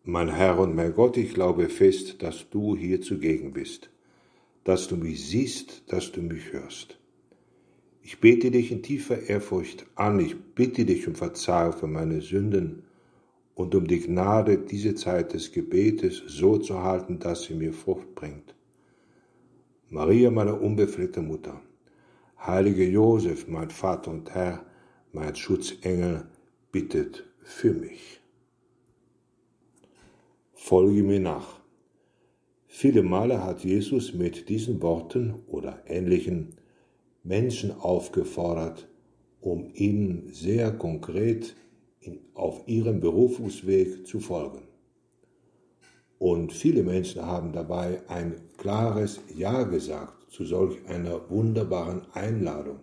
Mein Herr und mein Gott, ich glaube fest, dass du hier zugegen bist, dass du mich siehst, dass du mich hörst. Ich bete dich in tiefer Ehrfurcht an, ich bitte dich um Verzeihung für meine Sünden und um die Gnade, diese Zeit des Gebetes so zu halten, dass sie mir Frucht bringt. Maria, meine unbefleckte Mutter, heiliger Josef, mein Vater und Herr, mein Schutzengel, bittet für mich. Folge mir nach. Viele Male hat Jesus mit diesen Worten oder ähnlichen Menschen aufgefordert, um ihnen sehr konkret auf ihrem Berufungsweg zu folgen. Und viele Menschen haben dabei ein klares Ja gesagt zu solch einer wunderbaren Einladung.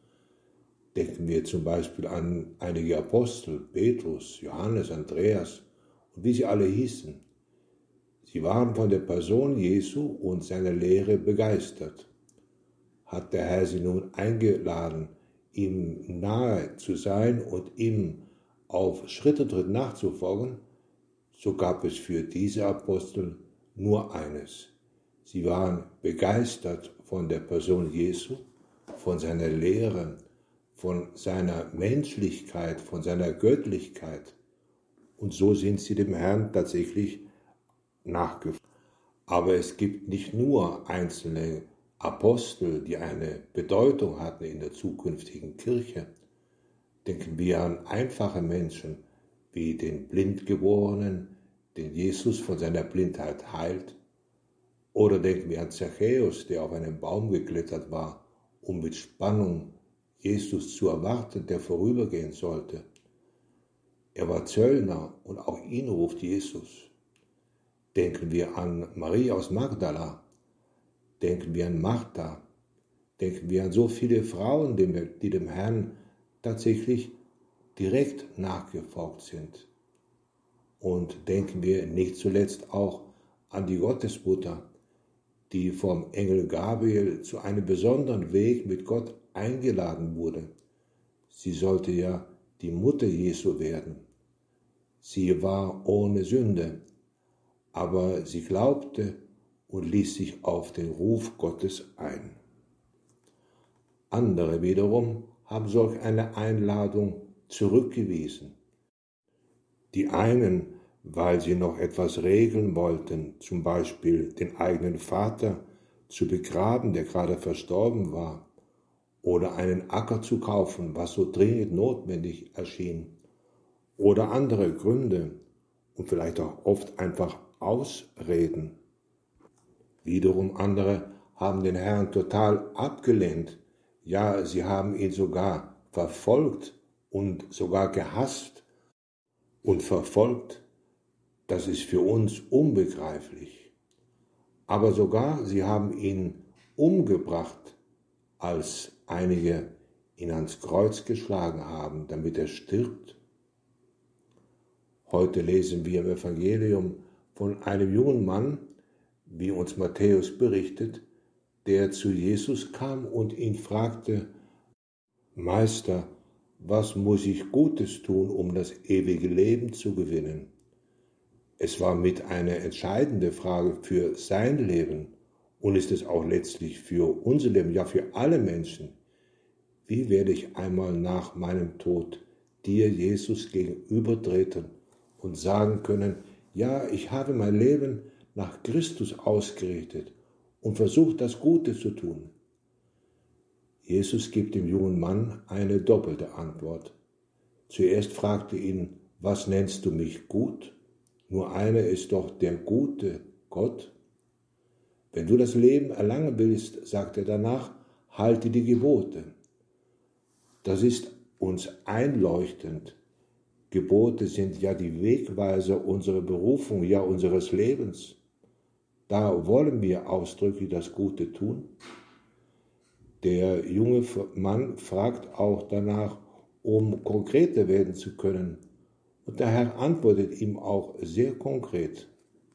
Denken wir zum Beispiel an einige Apostel, Petrus, Johannes, Andreas und wie sie alle hießen. Sie waren von der Person Jesu und seiner Lehre begeistert. Hat der Herr sie nun eingeladen, ihm nahe zu sein und ihm auf Schritt und Tritt nachzufolgen, so gab es für diese Apostel nur eines. Sie waren begeistert von der Person Jesu, von seiner Lehre, von seiner Menschlichkeit, von seiner Göttlichkeit. Und so sind sie dem Herrn tatsächlich nachgefolgt. Aber es gibt nicht nur einzelne Apostel, die eine Bedeutung hatten in der zukünftigen Kirche. Denken wir an einfache Menschen wie den Blindgeborenen, den Jesus von seiner Blindheit heilt. Oder denken wir an Zachäus, der auf einen Baum geklettert war, um mit Spannung Jesus zu erwarten, der vorübergehen sollte. Er war Zöllner und auch ihn ruft Jesus. Denken wir an Maria aus Magdala, denken wir an Martha, denken wir an so viele Frauen, die dem Herrn tatsächlich direkt nachgefolgt sind. Und denken wir nicht zuletzt auch an die Gottesmutter, die vom Engel Gabriel zu einem besonderen Weg mit Gott eingeladen wurde. Sie sollte ja die Mutter Jesu werden. Sie war ohne Sünde, aber sie glaubte und ließ sich auf den Ruf Gottes ein. Andere wiederum haben solch eine Einladung zurückgewiesen. Die einen, weil sie noch etwas regeln wollten, zum Beispiel den eigenen Vater zu begraben, der gerade verstorben war, oder einen Acker zu kaufen, was so dringend notwendig erschien, oder andere Gründe und vielleicht auch oft einfach Ausreden. Wiederum andere haben den Herrn total abgelehnt. Ja, sie haben ihn sogar verfolgt und sogar gehasst und verfolgt. Das ist für uns unbegreiflich. Aber sogar sie haben ihn umgebracht, als einige ihn ans Kreuz geschlagen haben, damit er stirbt. Heute lesen wir im Evangelium von einem jungen Mann, wie uns Matthäus berichtet, der zu Jesus kam und ihn fragte: Meister, was muss ich Gutes tun, um das ewige Leben zu gewinnen? Es war mit einer entscheidenden Frage für sein Leben und ist es auch letztlich für unser Leben, ja für alle Menschen. Wie werde ich einmal nach meinem Tod dir, Jesus, gegenübertreten und sagen können: Ja, ich habe mein Leben nach Christus ausgerichtet und versucht, das Gute zu tun? Jesus gibt dem jungen Mann eine doppelte Antwort. Zuerst fragte ihn: Was nennst du mich gut? Nur einer ist doch der gute Gott. Wenn du das Leben erlangen willst, sagt er danach, halte die Gebote. Das ist uns einleuchtend. Gebote sind ja die Wegweiser unserer Berufung, ja unseres Lebens. Da wollen wir ausdrücklich das Gute tun. Der junge Mann fragt auch danach, um konkreter werden zu können. Und der Herr antwortet ihm auch sehr konkret.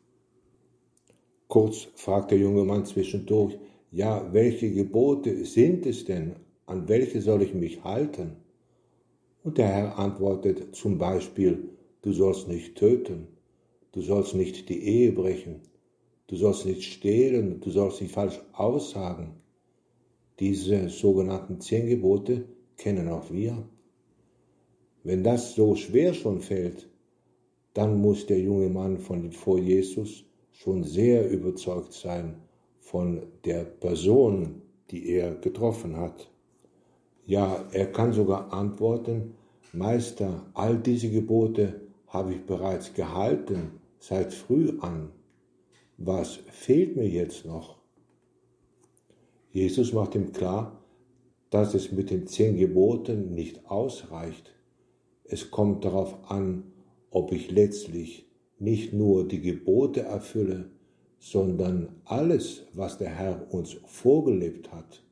Kurz fragt der junge Mann zwischendurch: Ja, welche Gebote sind es denn? An welche soll ich mich halten? Und der Herr antwortet zum Beispiel: Du sollst nicht töten, du sollst nicht die Ehe brechen, du sollst nicht stehlen, du sollst nicht falsch aussagen. Diese sogenannten 10 Gebote kennen auch wir. Wenn das so schwer schon fällt, dann muss der junge Mann vor Jesus schon sehr überzeugt sein von der Person, die er getroffen hat. Ja, er kann sogar antworten: Meister, all diese Gebote habe ich bereits gehalten, seit früh an. Was fehlt mir jetzt noch? Jesus macht ihm klar, dass es mit den 10 Geboten nicht ausreicht. Es kommt darauf an, ob ich letztlich nicht nur die Gebote erfülle, sondern alles, was der Herr uns vorgelebt hat.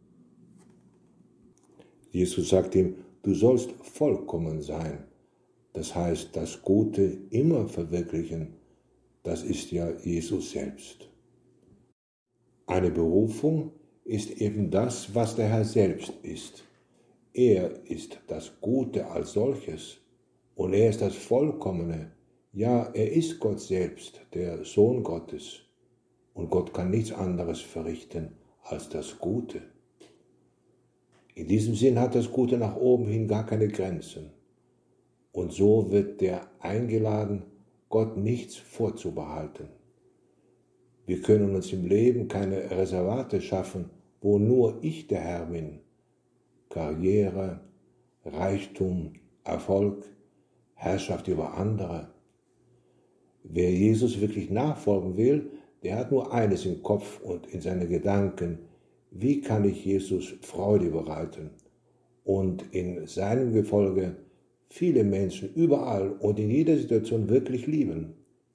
Jesus sagt ihm, du sollst vollkommen sein. Das heißt, das Gute immer verwirklichen. Das ist ja Jesus selbst. Eine Berufung ist eben das, was der Herr selbst ist. Er ist das Gute als solches und er ist das Vollkommene. Ja, er ist Gott selbst, der Sohn Gottes. Und Gott kann nichts anderes verrichten als das Gute. In diesem Sinn hat das Gute nach oben hin gar keine Grenzen. Und so wird der eingeladen, Gott nichts vorzubehalten. Wir können uns im Leben keine Reservate schaffen, wo nur ich der Herr bin. Karriere, Reichtum, Erfolg, Herrschaft über andere. Wer Jesus wirklich nachfolgen will, der hat nur eines im Kopf und in seinen Gedanken: Wie kann ich Jesus Freude bereiten und in seinem Gefolge viele Menschen überall und in jeder Situation wirklich lieben?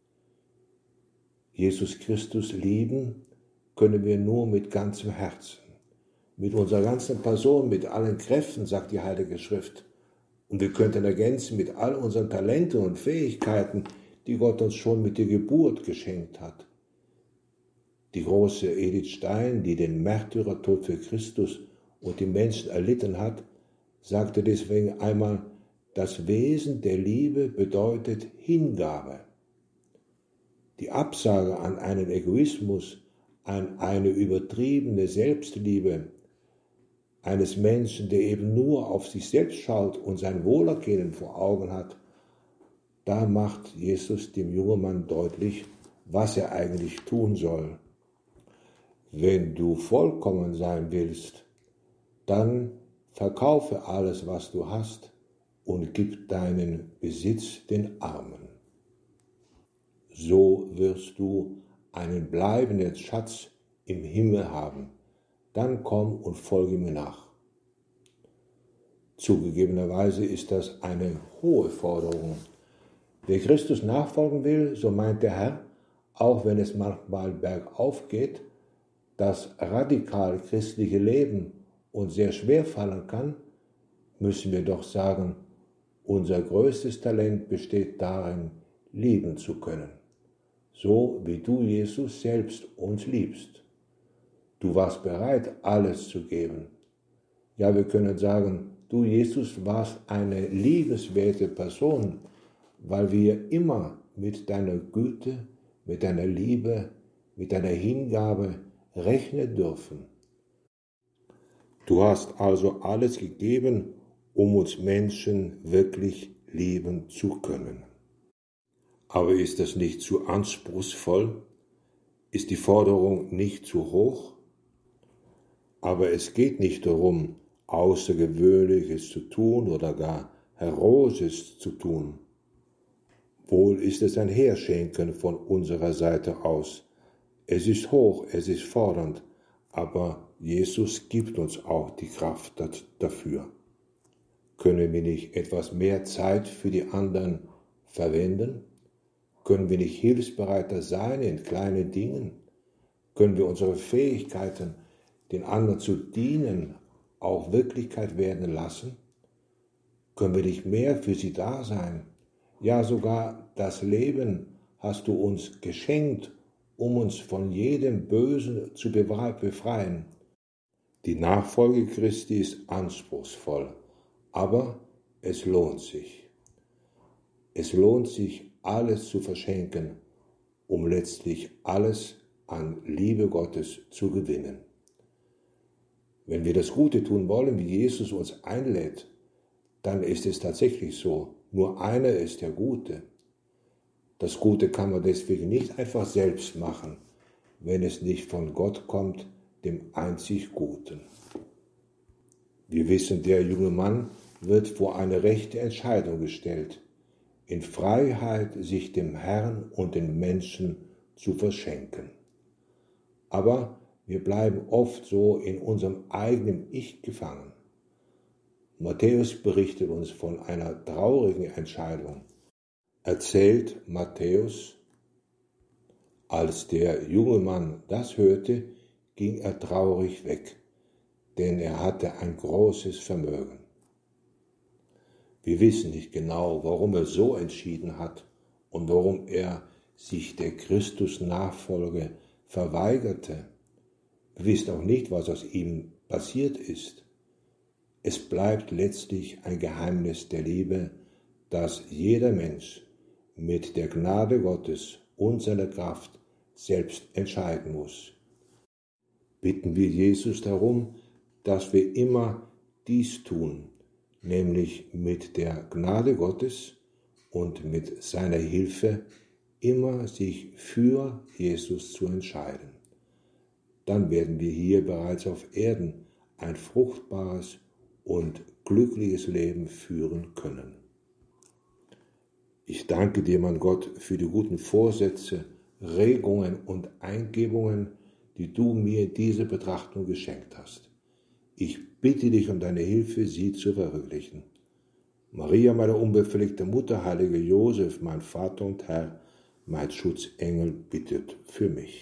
Jesus Christus lieben können wir nur mit ganzem Herzen, mit unserer ganzen Person, mit allen Kräften, sagt die Heilige Schrift. Und wir könnten ergänzen mit all unseren Talenten und Fähigkeiten, die Gott uns schon mit der Geburt geschenkt hat. Die große Edith Stein, die den Märtyrertod für Christus und die Menschen erlitten hat, sagte deswegen einmal, das Wesen der Liebe bedeutet Hingabe. Die Absage an einen Egoismus, an eine übertriebene Selbstliebe eines Menschen, der eben nur auf sich selbst schaut und sein Wohlergehen vor Augen hat, da macht Jesus dem jungen Mann deutlich, was er eigentlich tun soll. Wenn du vollkommen sein willst, dann verkaufe alles, was du hast, und gib deinen Besitz den Armen. So wirst du einen bleibenden Schatz im Himmel haben. Dann komm und folge mir nach. Zugegebenerweise ist das eine hohe Forderung. Wer Christus nachfolgen will, so meint der Herr, auch wenn es manchmal bergauf geht, das radikal christliche Leben uns sehr schwer fallen kann, müssen wir doch sagen, unser größtes Talent besteht darin, lieben zu können. So wie du, Jesus, selbst uns liebst. Du warst bereit, alles zu geben. Ja, wir können sagen, du, Jesus, warst eine liebenswerte Person, weil wir immer mit deiner Güte, mit deiner Liebe, mit deiner Hingabe rechnen dürfen. Du hast also alles gegeben, um uns Menschen wirklich lieben zu können. Aber ist das nicht zu anspruchsvoll? Ist die Forderung nicht zu hoch? Aber es geht nicht darum, Außergewöhnliches zu tun oder gar Heroisches zu tun. Wohl ist es ein Herschenken von unserer Seite aus. Es ist hoch, es ist fordernd, aber Jesus gibt uns auch die Kraft dafür. Können wir nicht etwas mehr Zeit für die anderen verwenden? Können wir nicht hilfsbereiter sein in kleinen Dingen? Können wir unsere Fähigkeiten, den anderen zu dienen, auch Wirklichkeit werden lassen? Können wir nicht mehr für sie da sein? Ja, sogar das Leben hast du uns geschenkt, um uns von jedem Bösen zu befreien. Die Nachfolge Christi ist anspruchsvoll, aber es lohnt sich. Es lohnt sich, alles zu verschenken, um letztlich alles an Liebe Gottes zu gewinnen. Wenn wir das Gute tun wollen, wie Jesus uns einlädt, dann ist es tatsächlich so, nur einer ist der Gute. Das Gute kann man deswegen nicht einfach selbst machen, wenn es nicht von Gott kommt, dem einzig Guten. Wir wissen, der junge Mann wird vor eine rechte Entscheidung gestellt, in Freiheit sich dem Herrn und den Menschen zu verschenken. Aber wir bleiben oft so in unserem eigenen Ich gefangen. Matthäus berichtet uns von einer traurigen Entscheidung. Erzählt Matthäus, als der junge Mann das hörte, ging er traurig weg, denn er hatte ein großes Vermögen. Wir wissen nicht genau, warum er so entschieden hat und warum er sich der Christusnachfolge verweigerte. Wir wissen auch nicht, was aus ihm passiert ist. Es bleibt letztlich ein Geheimnis der Liebe, dass jeder Mensch mit der Gnade Gottes und seiner Kraft selbst entscheiden muss. Bitten wir Jesus darum, dass wir immer dies tun, nämlich mit der Gnade Gottes und mit seiner Hilfe immer sich für Jesus zu entscheiden. Dann werden wir hier bereits auf Erden ein fruchtbares und glückliches Leben führen können. Ich danke dir, mein Gott, für die guten Vorsätze, Regungen und Eingebungen, die du mir in diese Betrachtung geschenkt hast. Ich bitte dich um deine Hilfe, sie zu verwirklichen. Maria, meine unbefleckte Mutter, heilige Josef, mein Vater und Herr, mein Schutzengel, bittet für mich.